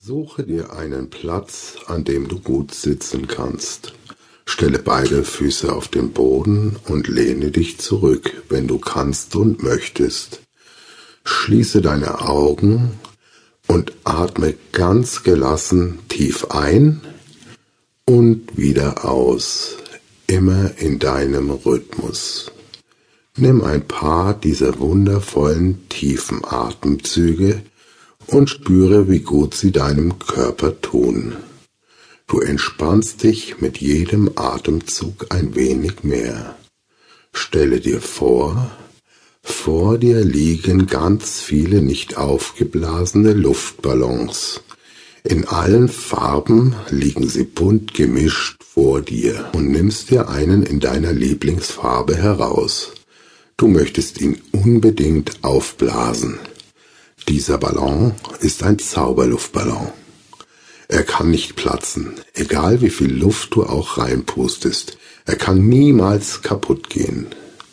Suche dir einen Platz, an dem du gut sitzen kannst. Stelle beide Füße auf den Boden und lehne dich zurück, wenn du kannst und möchtest. Schließe deine Augen und atme ganz gelassen tief ein und wieder aus, immer in deinem Rhythmus. Nimm ein paar dieser wundervollen tiefen Atemzüge und spüre, wie gut sie deinem Körper tun. Du entspannst dich mit jedem Atemzug ein wenig mehr. Stelle dir vor dir liegen ganz viele nicht aufgeblasene Luftballons. In allen Farben liegen sie bunt gemischt vor dir und nimmst dir einen in deiner Lieblingsfarbe heraus. Du möchtest ihn unbedingt aufblasen. Dieser Ballon ist ein Zauberluftballon. Er kann nicht platzen, egal wie viel Luft du auch reinpustest. Er kann niemals kaputt gehen.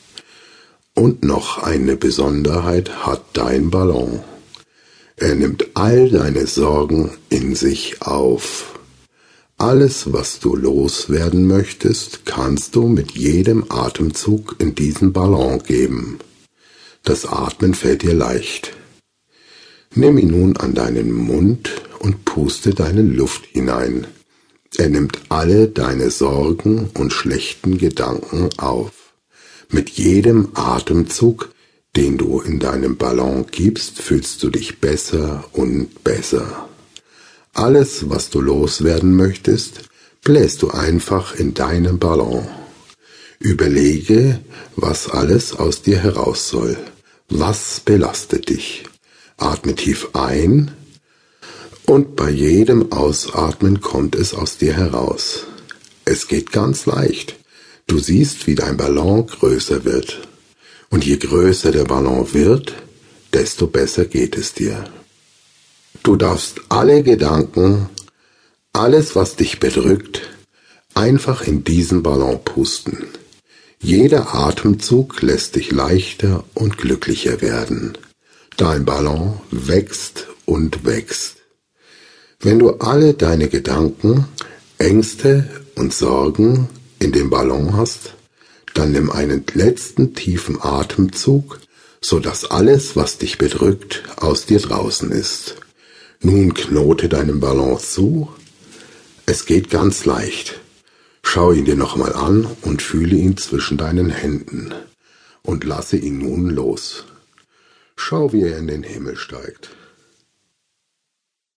Und noch eine Besonderheit hat dein Ballon. Er nimmt all deine Sorgen in sich auf. Alles, was du loswerden möchtest, kannst du mit jedem Atemzug in diesen Ballon geben. Das Atmen fällt dir leicht. Nimm ihn nun an deinen Mund und puste deine Luft hinein. Er nimmt alle deine Sorgen und schlechten Gedanken auf. Mit jedem Atemzug, den du in deinem Ballon gibst, fühlst du dich besser und besser. Alles, was du loswerden möchtest, bläst du einfach in deinen Ballon. Überlege, was alles aus dir heraus soll. Was belastet dich? Atme tief ein und bei jedem Ausatmen kommt es aus dir heraus. Es geht ganz leicht. Du siehst, wie dein Ballon größer wird. Und je größer der Ballon wird, desto besser geht es dir. Du darfst alle Gedanken, alles, was dich bedrückt, einfach in diesen Ballon pusten. Jeder Atemzug lässt dich leichter und glücklicher werden. Dein Ballon wächst und wächst. Wenn du alle deine Gedanken, Ängste und Sorgen in dem Ballon hast, dann nimm einen letzten tiefen Atemzug, sodass alles, was dich bedrückt, aus dir draußen ist. Nun knote deinen Ballon zu. Es geht ganz leicht. Schau ihn dir nochmal an und fühle ihn zwischen deinen Händen und lasse ihn nun los. Schau, wie er in den Himmel steigt.